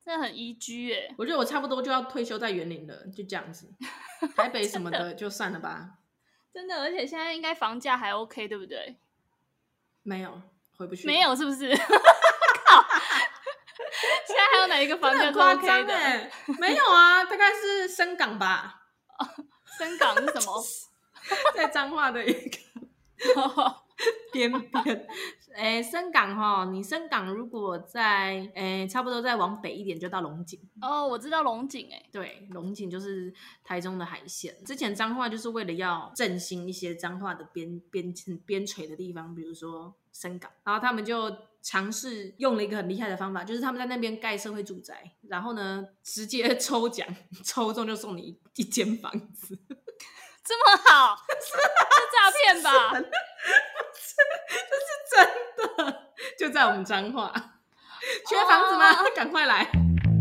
真的很宜居耶。 我觉得我差不多就要退休在园林了，就这样子。台北什么的就算了吧。 真的，而且现在应该房价还 OK， 对不对？ 没有，回不去。 没有，是不是？靠！现在还有哪一个房价是 OK 的？ 没有啊，大概是深港吧。 深港是什么？ 在彰化的一个边边。深港齁，你深港如果在差不多再往北一点就到龙井。 哦，我知道龙井对，龙井就是台中的海线。之前彰化就是为了要振兴一些彰化的边陲的地方，比如说深港，然后他们就尝试用了一个很厉害的方法，就是他们在那边盖社会住宅，然后呢直接抽奖，抽中就送你一间房子。 这么好，是诈骗吧？ 这是真的，就在我们彰化。缺房子吗？赶快来！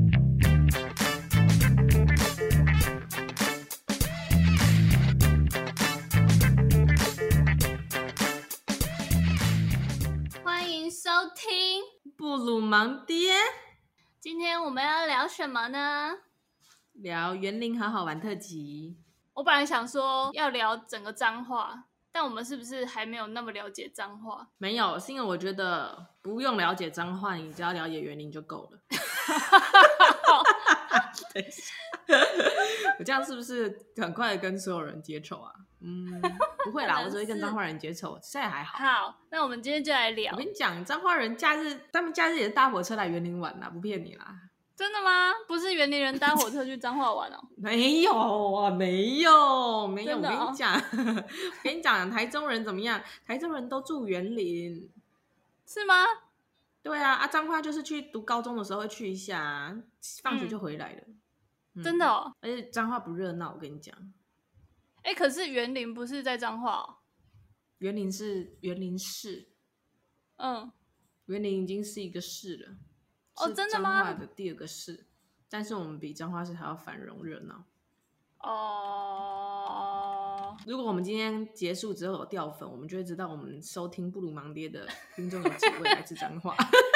欢迎收听布鲁盲爹。 今天我们要聊什么呢？ 聊园林好好玩特辑。 我本来想说要聊整个彰化，但我们是不是还没有那么了解彰化？ 没有，是因为我觉得不用了解彰化，你只要了解园林就够了。等一下，我这样是不是很快的跟所有人结仇啊？不会啦，我只会跟彰化人结仇，现在还好。 好，那我们今天就来聊。 我跟你讲，彰化人假日，他们假日也是搭火车来园林玩啦，不骗你啦。 真的吗？不是园林人搭火车去彰化玩哦？ 没有啊，没有。我跟你讲，台中人怎么样？台中人都住园林， 是吗？ 对啊，彰化就是去读高中的时候会去一下，放学就回来了。 真的哦。 而且彰化不热闹，我跟你讲。 可是园林不是在彰化哦？ 园林是园林市，园林已经是一个市了。 哦，真的吗？ 彰化的第二个市，但是我们比彰化市还要繁荣热闹。 哦， 如果我们今天结束之后有掉粉，我们就会知道我们收听布鲁盲爹的听众有几位来自彰化。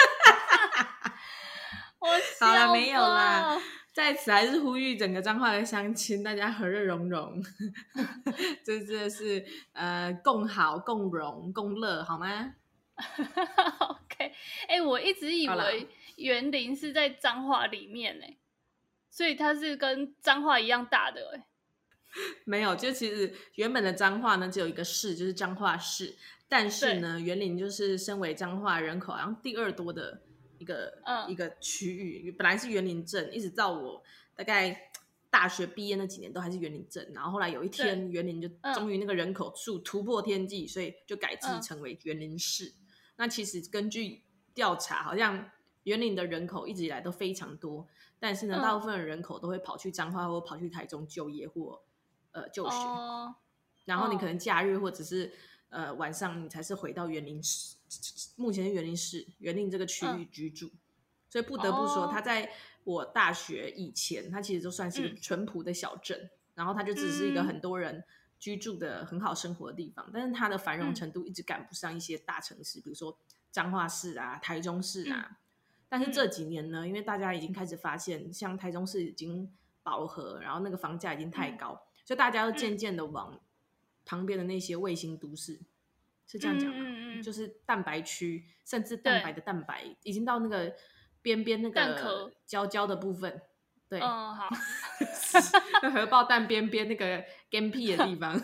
好了，没有啦。在此还是呼吁整个彰化的乡亲，大家和乐融融，这真的是共好、共荣、共乐，好吗 ？OK， 我一直以为园林是在彰化里面所以它是跟彰化一样大的没有，就其实原本的彰化呢只有一个市，就是彰化市，但是呢园林就是身为彰化人口好像第二多的一个区域，本来是园林镇，一直到我大概大学毕业那几年都还是园林镇，然后后来有一天园林就终于那个人口数突破天际，所以就改制成为园林市。那其实根据调查，好像园林的人口一直以来都非常多，但是呢大部分的人口都会跑去彰化或跑去台中就业或就学，然后你可能假日或者是晚上你才是回到园林市，目前是园林市园林这个区域居住。所以不得不说，它在我大学以前，它其实就算是一个淳朴的小镇，然后它就只是一个很多人居住的很好生活的地方，但是它的繁荣程度一直赶不上一些大城市，比如说彰化市啊、台中市啊。但是这几年呢，因为大家已经开始发现，像台中市已经饱和，然后那个房价已经太高，所以大家都渐渐的往旁边的那些卫星都市，是这样讲吗？就是蛋白区，甚至蛋白的蛋白已经到那个边边那个焦的部分。对， 好。 荷包蛋边边那个干屁的地方。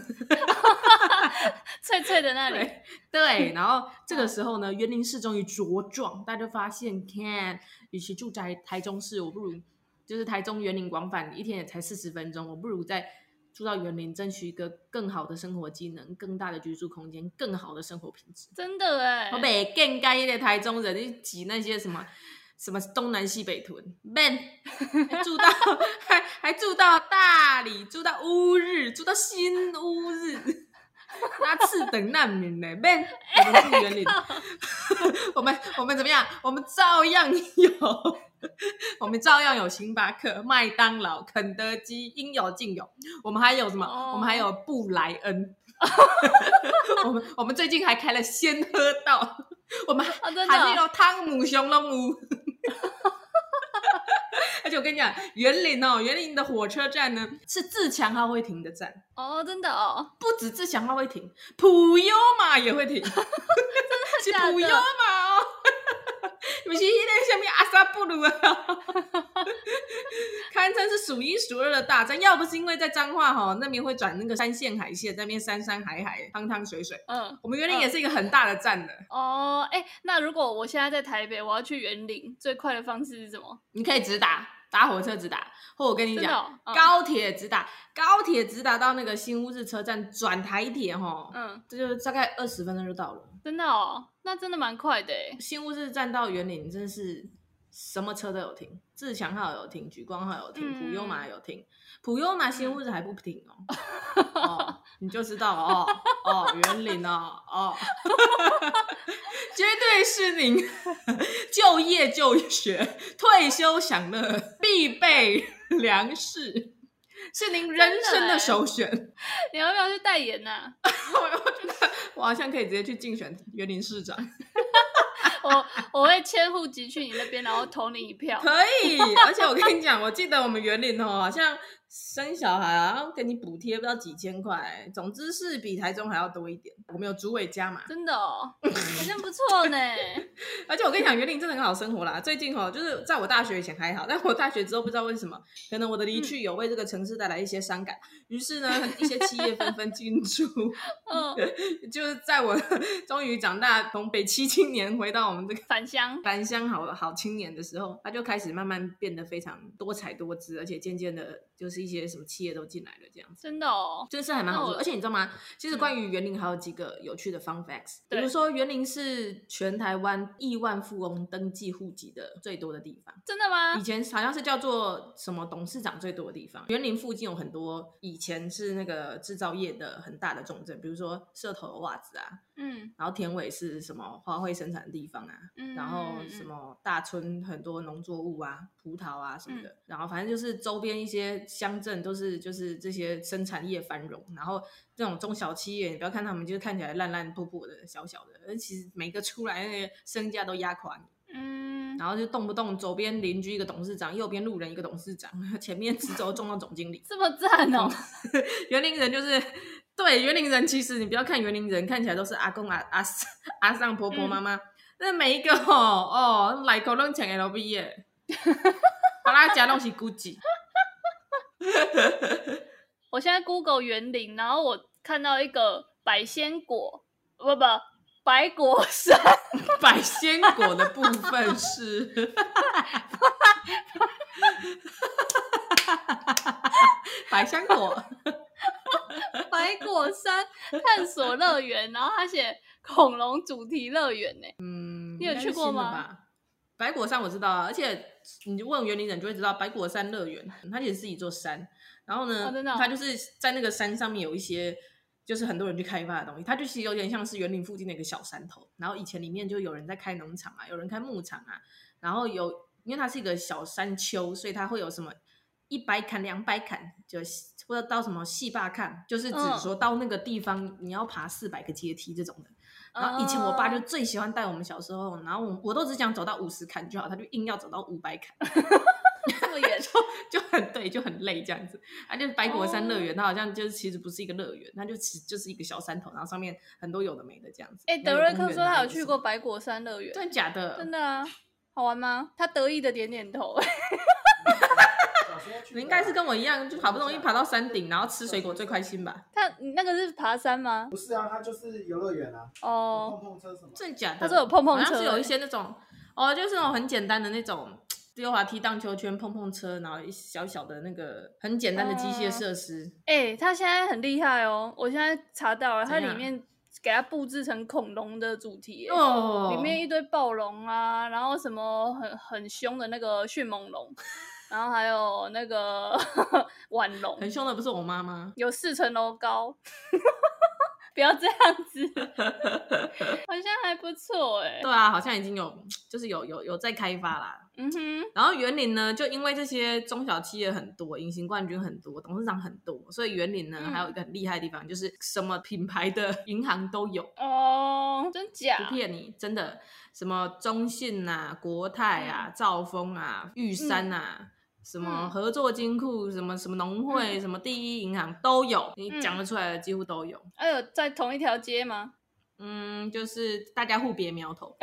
脆脆的那里。 对，然后这个时候呢，园林市终于茁壮，大家就发现，看，与其住在台中市，我不如就是台中园林往返一天也才40分钟，我不如再住到园林，争取一个更好的生活机能、更大的居住空间、更好的生活品质。 真的我北更该的台中人去挤那些什么东南西北屯 ，man 还住到大理，住到乌日，住到新乌日。那次等难民呢 ，man， 我们住园林，我们怎么样？我们照样有星巴克、麦当劳、肯德基，应有尽有。我们还有什么？我们还有布莱恩。我们最近还开了鲜喝道，我们还有汤姆熊龙屋。 而且我跟你讲，园林的火车站呢是自强号会停的站哦，真的哦， 不止自强号会停，普悠玛也会停，真的假的？ 是普悠玛哦。不是那个什么阿萨布鲁啊，堪称是数一数二的大站。要不是因为在彰化那边会转那个山线海线，在那边山山海海汤汤水水，我们园林也是一个很大的站的。 哦，那如果我现在在台北，我要去园林，最快的方式是什么？ 你可以直打火车直达，或我跟你讲，高铁直达到那个新乌日车站转台铁这就大概20分钟就到了。 真的哦，那真的蛮快的耶。 新乌日站到园林真的是什么车都有停，自强号有停，莒光号有停，普悠玛有停，普悠玛新乌日还不停哦，你就知道园林绝对是您就业就学退休享乐必备粮食，是您人生的首选。 你要不要去代言啊？ 我觉得我好像可以直接去竞选园林市长。 我会迁户籍去你那边，然后投你一票。 可以，而且我跟你讲，我记得我们园林好像生小孩要给你补贴不知道几千块，总之是比台中还要多一点。我们有主委加嘛？ 真的哦，好像不错呢。 而且我跟你讲，园林真的很好生活啦。最近就是在我大学以前还好，但我大学之后不知道为什么，可能我的离去有为这个城市带来一些伤感，于是呢，一些企业纷纷进驻。就是在我终于长大，从北七青年回到我们这个返乡好青年的时候，他就开始慢慢变得非常多彩多姿，而且渐渐的，就是一些什么企业都进来了，这样子。 真的哦， 就是还蛮好做。而且你知道吗？其实关于园林还有几个有趣的 fun facts，比如说园林是全台湾亿万富翁登记户籍的最多的地方。 真的吗？ 以前好像是叫做什么董事长最多的地方。园林附近有很多以前是那个制造业的很大的重镇，比如说社头的袜子啊，然后田尾是什么花卉生产的地方啊，然后什么大村很多农作物啊，葡萄啊什么的，然后反正就是周边一些乡镇都是就是这些生产业繁荣，然后这种中小企业，你不要看他们就是看起来烂烂破破的小小的，但其实每个出来那个身价都压垮你。然后就动不动左边邻居一个董事长，右边路人一个董事长，前面直轴中到总经理， 这么赞哦！ 园林人就是对园林人，其实你不要看园林人看起来都是阿公阿上婆婆妈妈，那每一个来口拢前 LV 耶，把他家拢是 Gucci。 我现在 Google 园林，然后我看到一个百仙果，百果山。 百仙果的部分是百香果， 百果山探索乐园，然后他写恐龙主题乐园呢。你有去过吗？ 百果山我知道啊，而且你问园林人就会知道，百果山乐园它其实是一座山，然后呢，它就是在那个山上面有一些。就是很多人去开发的东西，它就其实有点像是园林附近的一个小山头，然后以前里面就有人在开农场啊，有人开牧场啊，然后因为它是一个小山丘，所以它会有什么100坎200坎，就或者到什么细坝坎，就是指说到那个地方你要爬400个阶梯这种的。然后以前我爸就最喜欢带我们小时候，然后我都只想走到50坎就好，他就硬要走到500坎。 这么远就很累这样子。就是百果山乐园，它好像就是其实不是一个乐园，它就是一个小山头，然后上面很多有的没的这样子。 德瑞克说他有去过百果山乐园， 真的假的？ 真的啊，好玩吗？他得意的点点头。 你应该是跟我一样，就好不容易爬到山顶，然后吃水果最开心吧？ 他那个是爬山吗？ 不是啊，他就是游乐园啊。碰碰车什么？ 真的假的？ 他说有碰碰车， 好像是有一些那种就是那种很简单的那种。溜滑梯、荡秋圈、碰碰车，然后小小的那个很简单的机械设施。 他现在很厉害哦！我现在查到了，它里面给它布置成恐龙的主题，里面一堆暴龙啊，然后什么很凶的那个迅猛龙，然后还有那个腕龙， 很凶的不是我妈吗？ 有4层楼高。不要这样子，好像还不错哎。 对啊，好像已经就是有在开发啦。然后园林呢，就因为这些中小企业很多，隐形冠军很多，董事长很多，所以园林呢还有一个很厉害的地方，就是什么品牌的银行都有哦，真假？ 不骗你，真的，什么中信啊、国泰啊、兆丰啊、玉山啊。 什么合作金库，什么什么农会，什么第一银行都有，你讲得出来的几乎都有。 有在同一条街吗？ 就是大家互别苗头。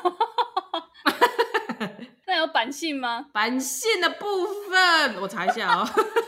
那有版信吗？ 版信的部分我查一下哦。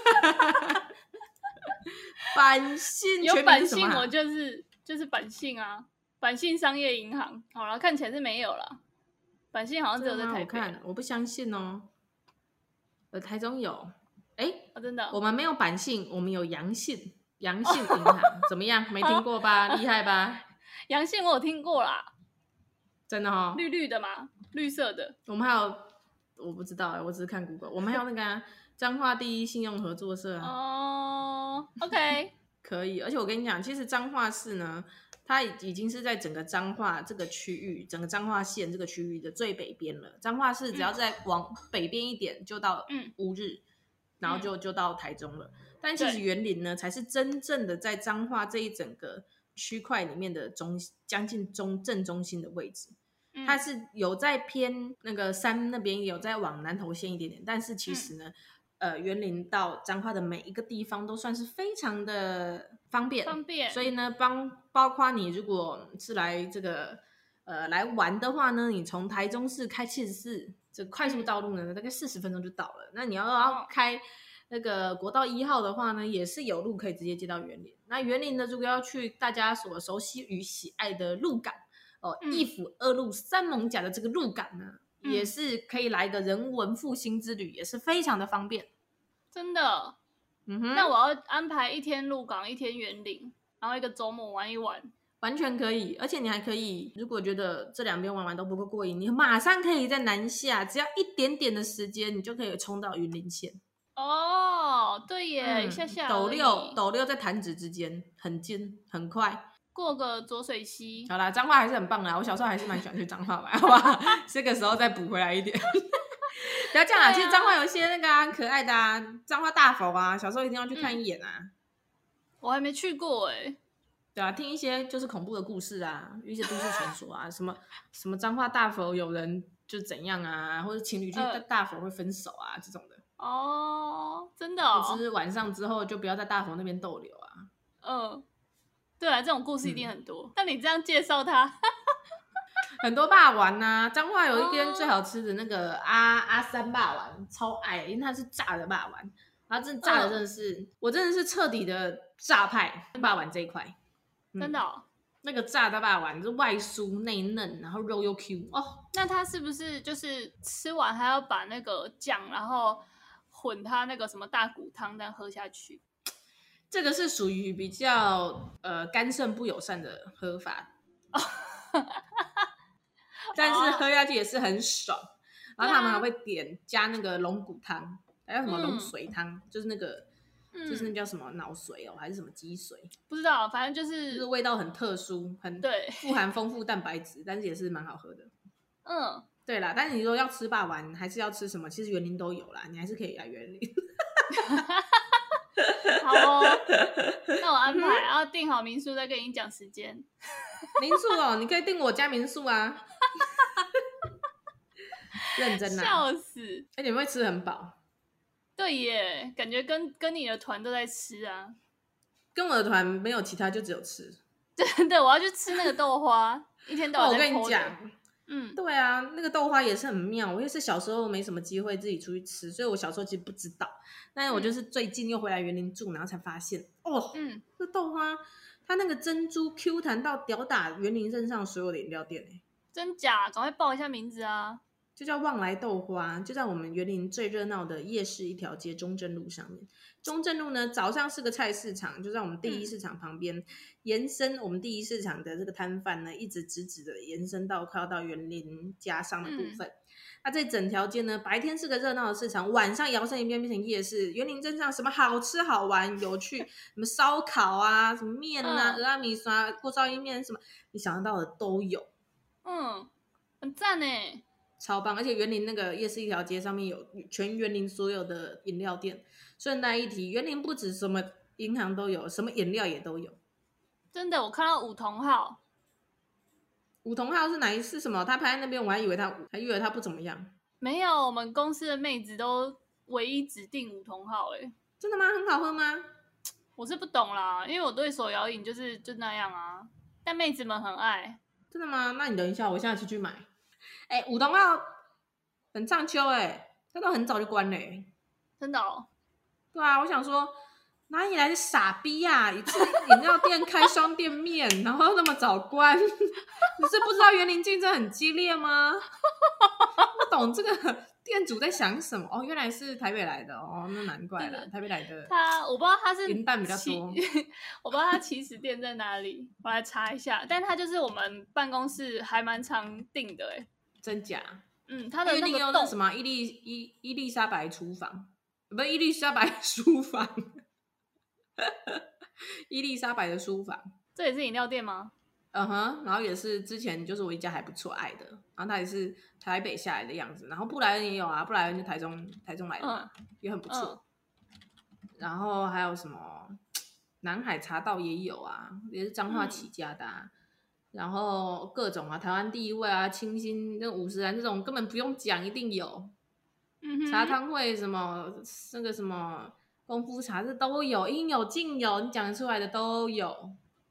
版信有版信，我就是版信啊，版信商业银行。好了，看起来是没有啦。版信好像只有在台北。 我不相信哦。台中有， 真的， 我们没有版信，我们有阳信银行。怎么样？没听过吧？厉害吧？ 阳信我有听过啦， 真的哦， 绿绿的嘛，绿色的。 我们还有，我不知道我只是看 Google， 我们还有那个彰化第一信用合作社啊。OK， 可以。而且我跟你讲，其实彰化市呢，它已经是在整个彰化这个区域，整个彰化县这个区域的最北边了。彰化市只要再往北边一点，就到乌日，然后就到台中了。但其实员林呢，才是真正的在彰化这一整个区块里面的将近正中心的位置。它是有在偏那个山那边，有在往南投县一点点，但是其实呢，员林到彰化的每一个地方都算是非常的方便。所以呢，包括你如果是来这个来玩的话呢，你从台中市开74这快速道路呢，大概40分钟就到了。那你要开那个国道1号的话呢，也是有路可以直接接到员林。那员林呢，如果要去大家所熟悉与喜爱的鹿港义府2路三艋甲的这个鹿港呢，也是可以来一个人文复兴之旅，也是非常的方便。 真的。那我要安排1天鹿港，1天员林，然后一个周末玩一玩， 完全可以。而且你还可以，如果觉得这2边玩完都不够过瘾，你马上可以在南下，只要一点点的时间，你就可以冲到云林县。 对耶，一下下斗六在弹指之间，很近很快。 过个浊水溪。 好啦，彰化还是很棒啦，我小时候还是蛮喜欢去彰化玩，好不好？这个时候再补回来一点。不要这样啦，其实彰化有一些那个很可爱的彰化大佛啊，小时候一定要去看一眼啊。 我还没去过对啊，听一些就是恐怖的故事啊，一些都市传说啊，什么彰化大佛有人就怎样啊，或者情侣去大佛会分手啊这种的。 真的就是晚上之后就不要在大佛那边逗留啊。 对啊，这种故事一定很多。但你这样介绍它， 很多霸丸啊，彰化有一间最好吃的那个阿三霸丸，超爱，因为它是炸的霸丸，然后炸的真的是，我真的是彻底的炸派霸丸这一块。 真的那个炸的霸丸是外酥内嫩，然后肉又 Q 那它是不是就是吃完还要把那个酱，然后混它那个什么大骨汤，但喝下去？ 这个是属于比较肝肾不友善的喝法。但是喝下去也是很爽。然后他们还会加那个龙骨汤，还有什么龙髓汤，就是那个就是那叫什么脑髓还是什么鸡髓， 不知道，反正就是味道很特殊，很富含丰富蛋白质，但是也是蛮好喝的。对啦，但是你说要吃霸丸还是要吃什么，其实员林都有啦，你还是可以来员林。 好那我安排，然后订好民宿再跟你讲时间。 民宿你可以订我家民宿啊。认真啊， 笑死！ 你们会吃很饱。 对耶，感觉跟你的团都在吃啊。 跟我的团没有其他，就只有吃。 真的，我要去吃那个豆花，一天到晚在 po 的。 我跟你讲，对啊，那个豆花也是很妙。我也是小时候没什么机会自己出去吃，所以我小时候其实不知道。但是我就是最近又回来员林住，然后才发现，这豆花它那个珍珠 Q 弹到吊打员林镇上所有的饮料店真假？赶快报一下名字啊！ 就叫旺来豆花，就在我们员林最热闹的夜市一条街中正路上面。中正路呢，早上是个菜市场，就在我们第一市场旁边，延伸我们第一市场的这个摊贩呢，一直直直的延伸到快要到员林家上的部分。那这整条街呢，白天是个热闹的市场，晚上摇身一变变成夜市。员林镇上什么好吃好玩有趣，什么烧烤啊，什么面啊，蚵仔米线、锅烧意面，什么你想得到的都有。 很赞耶， 超棒！而且员林那个夜市一条街上面有全员林所有的饮料店。顺带一提，员林不止什么银行都有，什么饮料也都有。 真的，我看到五桐号。 五桐号是什么？他拍在那边，我还以为他不怎么样。 没有，我们公司的妹子都唯一指定五同号真的吗？很好喝吗？ 我是不懂啦，因为我对手摇饮就那样啊，但妹子们很爱。 真的吗？那你等一下，我现在去买。五同号很畅秋它都很早就关了真的哦？ 对啊，我想说哪里来的傻逼啊！一次饮料店开双店面，然后那么早关，你是不知道园林竞争很激烈吗？不懂这个店主在想什么哦？原来是台北来的哦，那难怪了，台北来的。 我不知道他是云淡比较多， 我不知道他起始店在哪里，我来查一下。但他就是我们办公室还蛮常订的真假？ 他的那个洞是什么？伊丽莎白厨房，不是伊丽莎白书房，伊丽莎白的书房， 这也是饮料店吗？ 然后也是之前就是我一家还不错爱的，然后他也是台北下来的样子，然后布莱恩也有啊，布莱恩就台中来的嘛，也很不错。然后还有什么南海茶道也有啊，也是彰化起家的啊。然后各种啊，台湾第一味啊，清新那50兰这种根本不用讲，一定有。茶汤会什么那个什么功夫茶这都有，应有尽有，你讲出来的都有。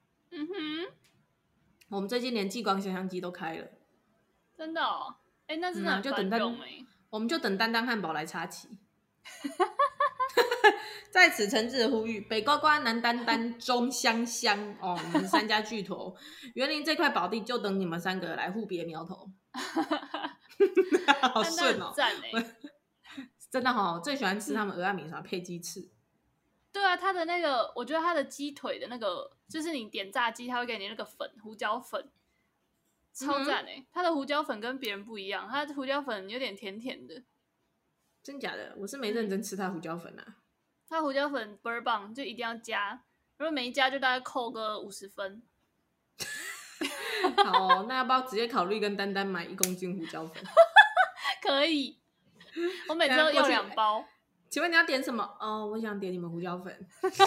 我们最近连继光香香鸡都开了， 真的哦？那真的很繁荣我们就等丹丹汉堡来插旗。在此诚挚的呼吁，北瓜瓜、南丹丹、中香香哦，你们3家巨头，园林这块宝地就等你们3个来互别苗头。好顺哦， 赞真的哦，最喜欢吃他们蚵仔米线配鸡翅。 对啊，他的那个，我觉得他的鸡腿的那个，就是你点炸鸡，他会给你那个粉，胡椒粉，超赞他的胡椒粉跟别人不一样，他的胡椒粉有点甜甜的。 真假的？我是没认真吃他胡椒粉啊。 他胡椒粉倍儿棒，就一定要加，如果没加就大概扣个50分。 好，那要不要直接考虑跟丹丹买1公斤胡椒粉？ 可以，我每次都用2包。 请问你要点什么？哦，我想点你们胡椒粉。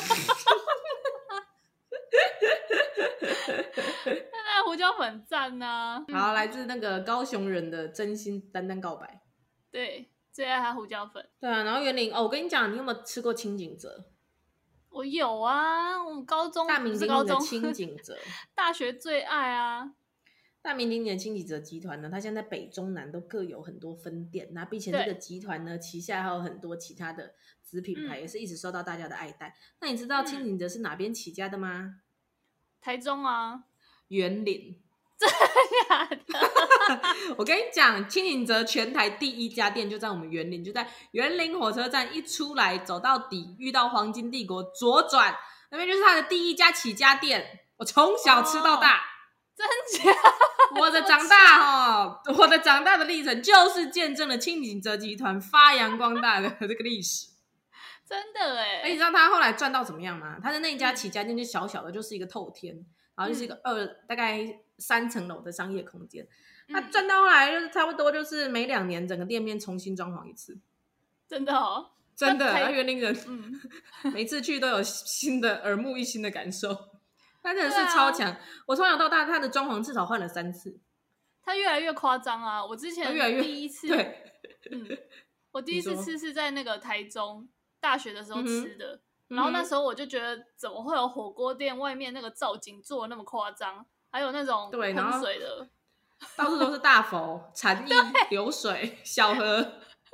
那胡椒粉赞啊！ 好，来自那个高雄人的真心丹丹告白。 对，最爱他胡椒粉。 对啊，然后园林我跟你讲，你有没有吃过清景泽？ 我有啊，我高中大名鼎鼎的清景泽， 大学最爱啊。 大名鼎鼎的清景泽集团呢，它现在北中南都各有很多分店，那并且这个集团呢旗下还有很多其他的子品牌，也是一直受到大家的爱戴。那你知道清景泽是哪边起家的吗？ 台中啊， 园林。 真的假的？ 我跟你讲，清景泽全台第1家店就在我们园林，就在园林火车站一出来走到底，遇到黄金帝国左转，那边就是他的第1家起家店。我从小吃到大。 真假？ 我的长大的历程就是见证了清景泽集团发扬光大的这个历史。 真的你知道他后来赚到怎么样吗？他的那一家起家店就小小的，就是一个透天，然后就是一个大概3层楼的商业空间。他赚到后来就是差不多就是每2年整个店面重新装潢一次。 真的哦？ 真的，他园林人每次去都有新的耳目一新的感受。他真的是超强，我从小到大他的装潢至少换了3次。 他越来越夸张啊！我之前第一次，我第一次吃是在那个台中大学的时候吃的，然后那时候我就觉得怎么会有火锅店外面那个造景做的那么夸张，还有那种喷水的， 到处都是大佛、禅意、流水、小河，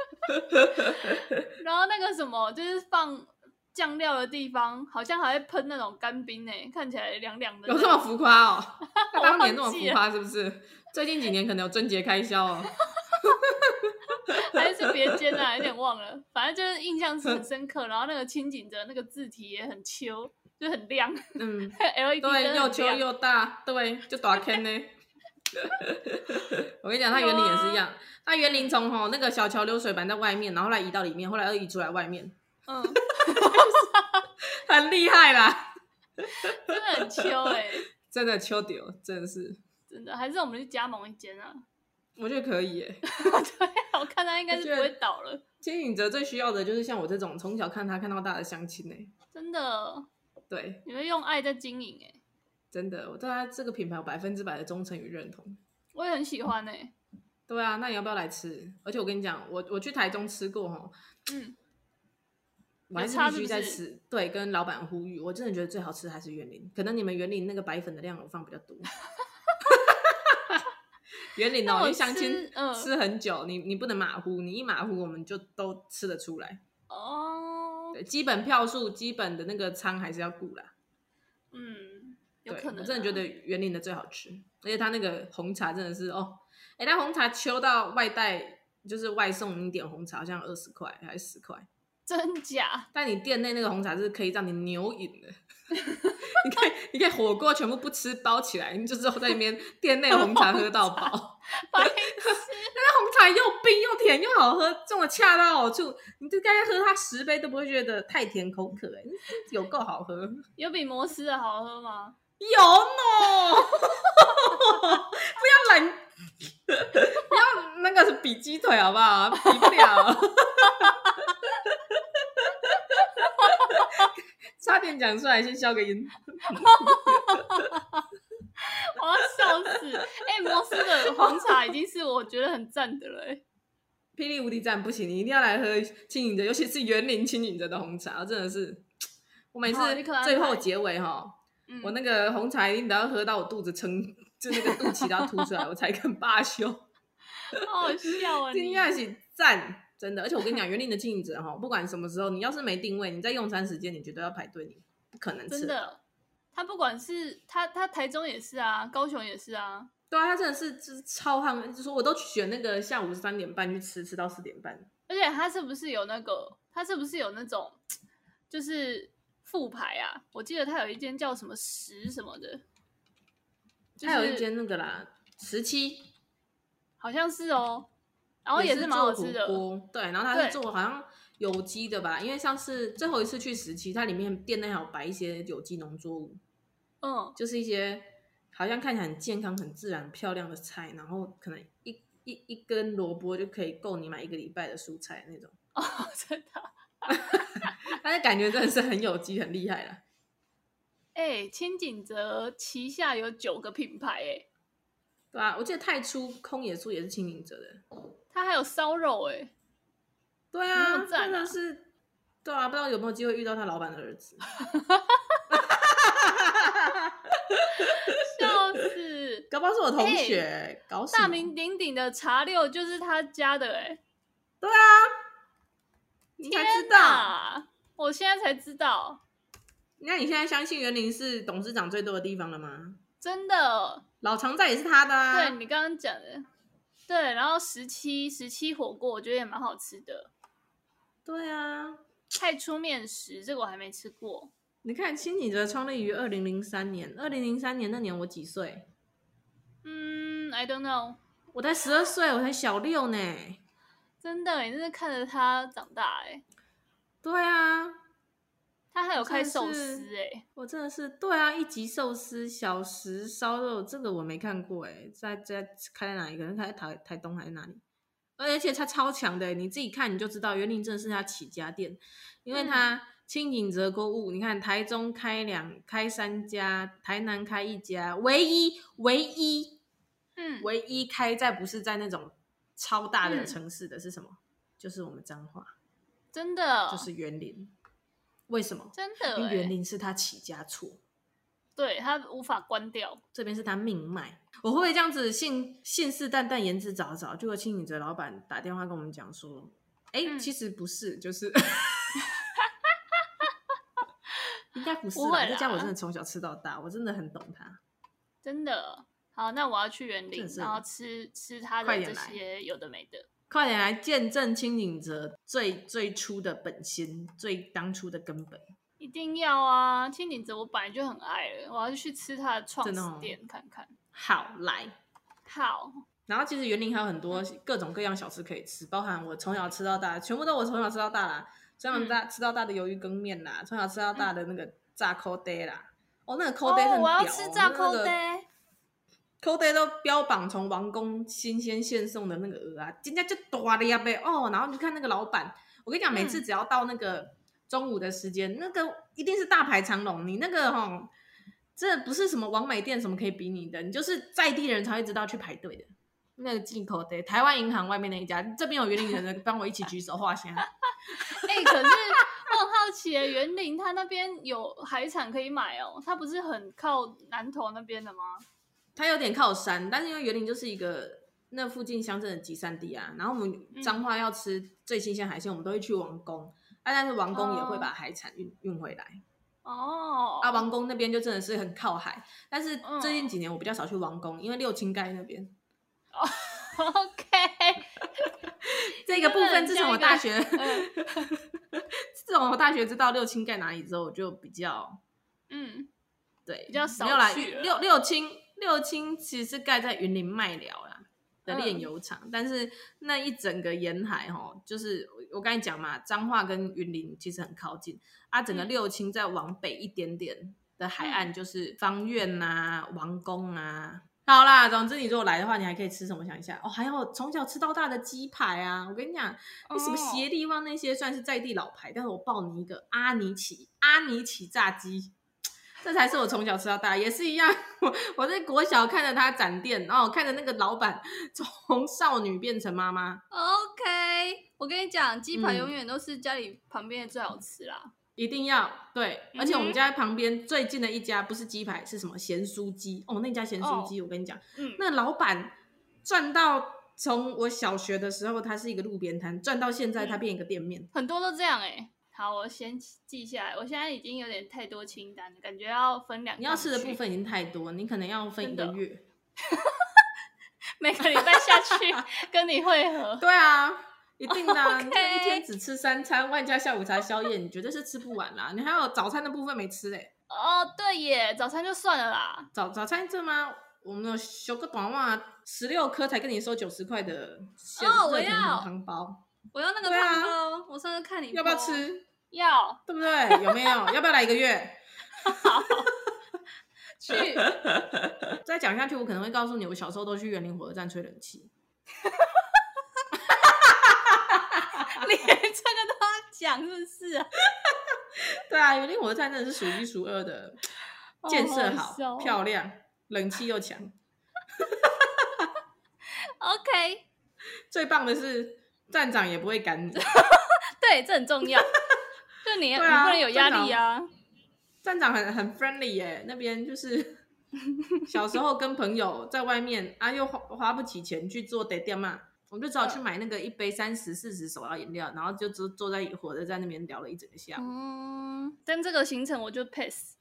然后那个什么就是放酱料的地方好像还会喷那种干冰看起来凉凉的。 有这么浮夸哦？他当年这么浮夸是不是？最近几年可能有春节开销哦。 还是别间啊，有点忘了。反正就是印象是很深刻，然后那个清景泽那个字体也很秋，就很亮。LED 对，又秋又大，对，就大坑呢。我跟你讲，他园林也是一样，他园林从那个小桥流水板在外面，然后来移到里面，后来又移出来外面。很厉害啦， 真的很秋真的秋丢，真的是真的，还是我们去加盟一间啊？ 我觉得可以对，我看他应该是不会倒了。 清景泽最需要的就是像我这种从小看他看到大的乡亲真的， 对， 你会用爱在经营真的，我对他这个品牌有100%的忠诚与认同。 我也很喜欢对啊，那你要不要来吃？而且我跟你讲，我去台中吃过齁，我还是必须再吃。对，跟老板呼吁，我真的觉得最好吃的还是园林，可能你们园林那个白粉的量我放比较多。园林因为相亲吃很久，你不能马虎，你一马虎我们就都吃得出来。对，基本票数、基本的那个仓还是要顾啦。 有可能我真的觉得园林的最好吃，而且它那个红茶真的是它红茶秋到外带就是外送，你点红茶好像20块还是10块， 真假？ 但你店内那个红茶是可以让你牛饮的。你可以火锅全部不吃包起来，你就之后在那边店内红茶喝到饱。 白痴！ 那红茶又冰又甜又好喝，这种恰到好处，你就该喝它10杯都不会觉得太甜口渴，有够好喝。 有比摩斯的好喝吗？ 有呢。不要冷，不要那个是比鸡腿好不好？比不了。差点讲出来，先消个音。 我要笑死！摩斯的红茶已经是我觉得很赞的了。 霹雳无敌赞不行，你一定要来喝青井泽，尤其是园林青井泽的红茶，真的是我每次最后结尾我那个红茶一定都要喝到我肚子撑，就那个肚脐都要凸出来，我才肯罢休。 好好笑啊！ 今天是赞。真的，而且我跟你讲，园林的经营者不管什么时候，你要是没定位，你在用餐时间，你绝对要排队，你不可能吃。 真的，他不管是他台中也是啊，高雄也是啊。 对啊，他真的是就是超夯，就是说我都选那个下午3点半去吃到4点半。 而且他是不是有那种就是副牌啊？我记得他有一间叫什么10什么的， 他有一间那个啦17， 好像是哦。然后也是蛮好吃的， 对，然后它是做好像有机的吧，因为上次最后一次去17，它里面店内还有摆一些有机农作物，就是一些好像看起来很健康、很自然、漂亮的菜，然后可能一根萝卜就可以够你买1个礼拜的蔬菜那种。 真的， 但是感觉真的是很有机、很厉害啦。 清井泽旗下有9个品牌对啊，我记得太初空野酥也是清井泽的。 他还有烧肉对啊，真的是，对啊，不知道有没有机会遇到他老板的儿子。 笑死！ 搞不好是我同学，搞什么？ 大名鼎鼎的茶六就是他家的对啊，你才知道？ 我现在才知道。 那你现在相信园林是董事长最多的地方了吗？ 真的， 老常在也是他的啊。 对，你刚刚讲的。对，然后17火锅我觉得也蛮好吃的。 对啊， 太初面食这个我还没吃过。 你看清井泽创立于2003年，2003年那年我几岁 ？I don't know， 我才12岁，我才小6呢。 真的，你真是看着他长大对啊。 他还有开寿司我真的是对啊，1级寿司、小食烧肉，这个我没看过在开在哪里？可能开在台东还是哪里？而且他超强的你自己看你就知道，园林真的是他起家店，因为他清井泽购物，你看台中开3家，台南开1家，唯一开在不是在那种超大的城市的是什么？就是我们彰化， 真的就是园林。为什么？ 真的因为园林是他起家处， 对，他无法关掉， 这边是他命脉。我会不会这样子信誓旦旦言之凿凿？结果清井泽老板打电话跟我们讲说，其实不是，就是应该不是啦。这家我真的从小吃到大，我真的很懂他， 真的。好，那我要去园林，然后吃他的这些有的没的。 快点来见证清井泽最初的本心，最当初的根本。 一定要啊！清井泽我本来就很爱了，我要去吃他的创始店看看。 好，来， 好。 然后其实园林还有很多各种各样小吃可以吃，包含我从小吃到大，全部都我从小吃到大啦。从小吃到大的鱿鱼羹面啦，从小吃到大的那个炸扣呆啦。那个扣呆很屌， 我要吃炸扣呆。 扣呆都标榜从王宫新鲜现送的那个鹅啊，人家就大了呀呗然后你看那个老板，我跟你讲，每次只要到那个中午的时间，那个一定是大排长龙。你那个这不是什么网美店什么可以比拟的，你就是在地人才会知道去排队的。 那个进口的台湾银行外面那一家，这边有园林人的帮我一起举手画下。 可是我很好奇耶，园林它那边有海产可以买哦，它不是很靠南投那边的吗？ 它有点靠山，但是因为园林就是一个那附近乡镇的集散地啊，然后我们彰化要吃最新鲜海鲜，我们都会去王宫，但是王宫也会把海产运回来。王宫那边就真的是很靠海，但是最近几年我比较少去王宫，因为六轻盖那边。 OK， 这个部分自从我大学，自从我大学知道六轻盖哪里之后，我就比较对比较少去了。 六轻其实是盖在云林麦寮啦的炼油厂，但是那一整个沿海就是我刚才讲嘛，彰化跟云林其实很靠近整个六轻再往北一点点的海岸就是芳苑啊、王宫啊。好啦，总之你如果来的话，你还可以吃什么？想一下还有从小吃到大的鸡排啊！我跟你讲，你什么协力旺那些算是在地老牌，但是我报你一个阿尼奇炸鸡，这才是我从小吃到大，也是一样。我在国小看着他展店，然后看着那个老板从少女变成妈妈。 OK， 我跟你讲，鸡排永远都是家里旁边的最好吃啦。 一定要对，而且我们家旁边最近的一家不是鸡排，是什么咸酥鸡那家咸酥鸡我跟你讲，那老板赚到从我小学的时候他是一个路边摊，赚到现在他变一个店面， 很多都这样好，我先记下来，我现在已经有点太多清单了，感觉要分2 你要吃的部分已经太多，你可能要分1个月每个礼拜下去跟你会合。 对啊，一定的你这一天只吃3餐，外加下午茶宵夜，你绝对是吃不完啦。你还有早餐的部分没吃对耶，早餐就算了啦。 早餐这吗？我们有修个短袜16颗才跟你收90块的热甜汤包。 我要那个汤包，我上次看你要不要吃？ 要， 对不对？有没有？要不要来1个月？ 好，去。 再讲下去，我可能会告诉你，我小时候都去园林火车站吹冷气。 连这个都要讲，是不是啊？ 对啊，园林火车站真的是数1数2的建设好、漂亮，冷气又强。 OK， 最棒的是站长也不会赶你。 对，这很重要。就你不能有压力啊。 站长很 friendly 耶，那边就是小时候跟朋友在外面又花不起钱去做得店嘛，我们就只好去买那个1杯30、40手摇饮料，然后就坐在火车站那边聊了一整个下午。 但这个行程我就 pass。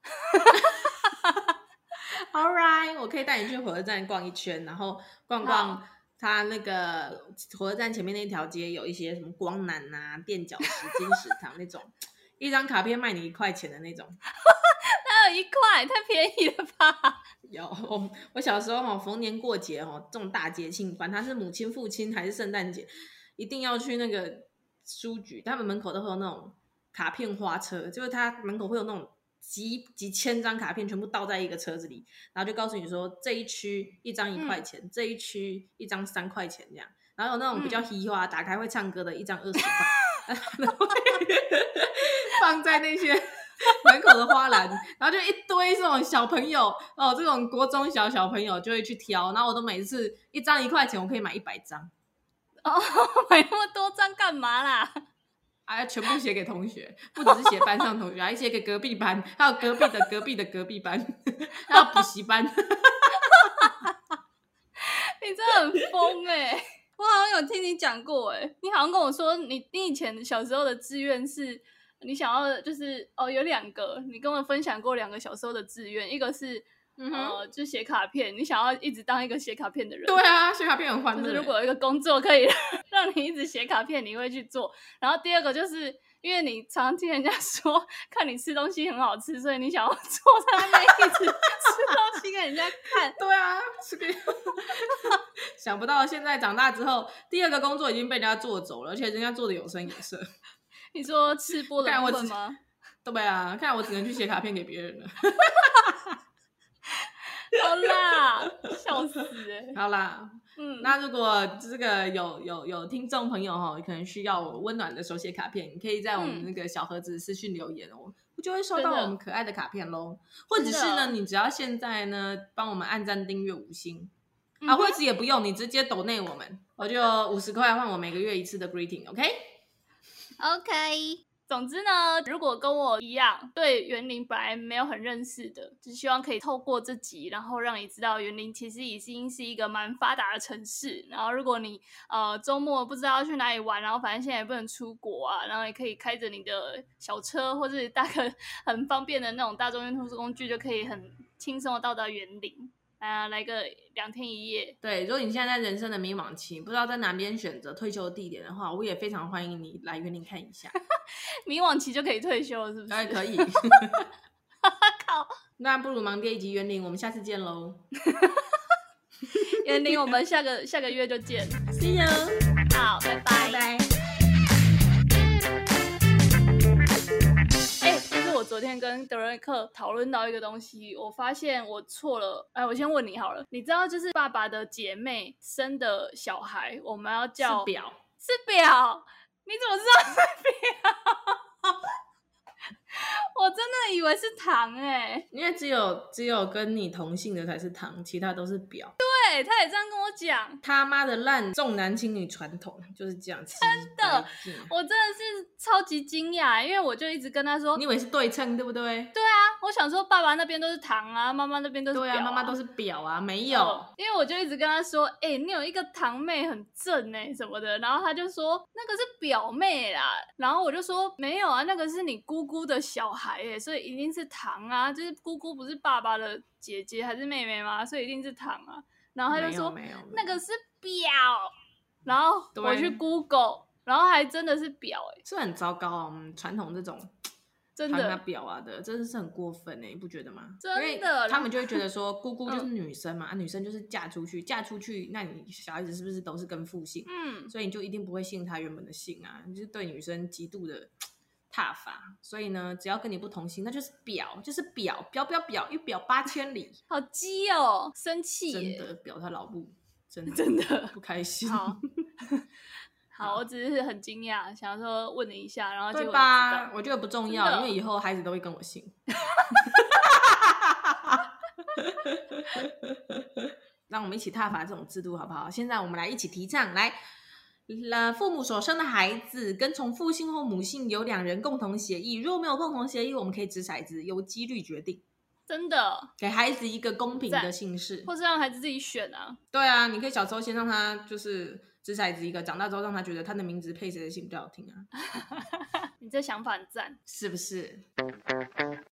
Alright， 我可以带你去火车站逛一圈，然后逛逛它那个火车站前面那条街，有一些什么光南啊、垫脚石、金石堂那种，一张卡片卖你1块钱的那种。 哪有1块？太便宜了吧？ 有，我小时候逢年过节这种大节庆，管它是母亲、父亲还是圣诞节，一定要去那个书局，他们门口都会有那种卡片花车，就是他门口会有那种几千张卡片全部倒在一个车子里，然后就告诉你说这一区1张1块钱，这一区1张3块钱这样，然后有那种比较嘻哈打开会唱歌的1张20块，放在那些门口的花篮，然后就一堆这种小朋友这种国中小朋友就会去挑，然后我都每次1张1块钱，我可以买100张。 买那么多张干嘛啦？ 全部写给同学，不只是写班上同学，还写给隔壁班，还有隔壁的隔壁的隔壁班，还有补习班。你真的很疯我好像有听你讲过你好像跟我说你以前小时候的志愿是你想要就是有2个，你跟我分享过2个小时候的志愿，一个是就写卡片，你想要一直当一个写卡片的人。 对啊，写卡片很欢乐。 就是如果有一个工作可以让你一直写卡片，你会去做。然后第2个就是因为你常常听人家说看你吃东西很好吃，所以你想要坐在那边一直吃东西给人家看。 对啊，是个想不到现在长大之后，第2个工作已经被人家做走了，而且人家做的有声有色。 你说吃播的部分吗？ 对啊，看来我只能去写卡片给别人了。 好啦，笑死好啦，那如果这个有听众朋友可能需要我温暖的手写卡片，你可以在我们那个小盒子私讯留言我就会收到我们可爱的卡片咯。或者是呢，你只要现在呢帮我们按赞、订阅、5星， 或者也不用，你直接抖内我们，我就50块换我每个月1次的 greeting，OK？ OK。总之呢，如果跟我一样对员林本来没有很认识的，就是希望可以透过这集，然后让你知道员林其实已经是一个蛮发达的城市。然后如果你周末不知道要去哪里玩，然后反正现在也不能出国啊，然后也可以开着你的小车或是搭个很方便的那种大众运输工具，就可以很轻松的到达员林。来个2天1夜。 对，如果你现在在人生的迷茫期，不知道在哪边选择退休的地点的话，我也非常欢迎你来员林看一下。 迷茫期就可以退休了，是不是？ 可以。 靠， 那不如忙爹一集员林，我们下次见咯。 员林，我们下个月就见。 See you。 好，拜拜。 拜拜。 我昨天跟德瑞克讨论到一个东西，我发现我错了。我先问你好了，你知道就是爸爸的姐妹生的小孩，我们要叫是表？ 是表？你怎么知道是表？我真的以为是堂因为只有跟你同姓的才是堂，其他都是表。 对，他也这样跟我讲。 他妈的烂重男轻女传统就是这样。 真的，我真的是超级惊讶，因为我就一直跟他说， 你以为是对称对不对？ 对啊，我想说爸爸那边都是堂啊，妈妈那边都是表啊。 对啊，妈妈都是表啊，没有。 因为我就一直跟他说，你有一个堂妹很正什么的，然后他就说那个是表妹啦，然后我就说没有啊，那个是你姑姑的小孩所以一定是堂啊，就是姑姑不是爸爸的姐姐还是妹妹吗？所以一定是堂啊。然后他就说那个是表，然后我去 Google， 然后还真的是表是很糟糕啊！我们传统这种真的表啊的，真的是很过分你不觉得吗？ 真的， 他们就会觉得说姑姑就是女生嘛，女生就是嫁出去，那你小孩子是不是都是跟父姓？所以你就一定不会姓他原本的姓啊，你就是对女生极度的踏伐，所以呢，只要跟你不同姓，那就是表，一表8000里， 好鸡哦，生气真的表他老母，真的不开心。 好，我只是很惊讶，想说问你一下，然后结果对吧？我觉得不重要，因为以后孩子都会跟我姓。让我们一起踏伐这种制度好不好？现在我们来一起提倡，来。父母所生的孩子跟从父姓或母姓有2人共同协议，如果没有共同协议，我们可以掷骰子，由几率决定。 真的， 给孩子一个公平的姓氏， 或是让孩子自己选啊。 对啊，你可以小时候先让他就是掷骰子一个，长大之后让他觉得他的名字配谁的姓比较好听啊。 你这想法很赞， 是不是？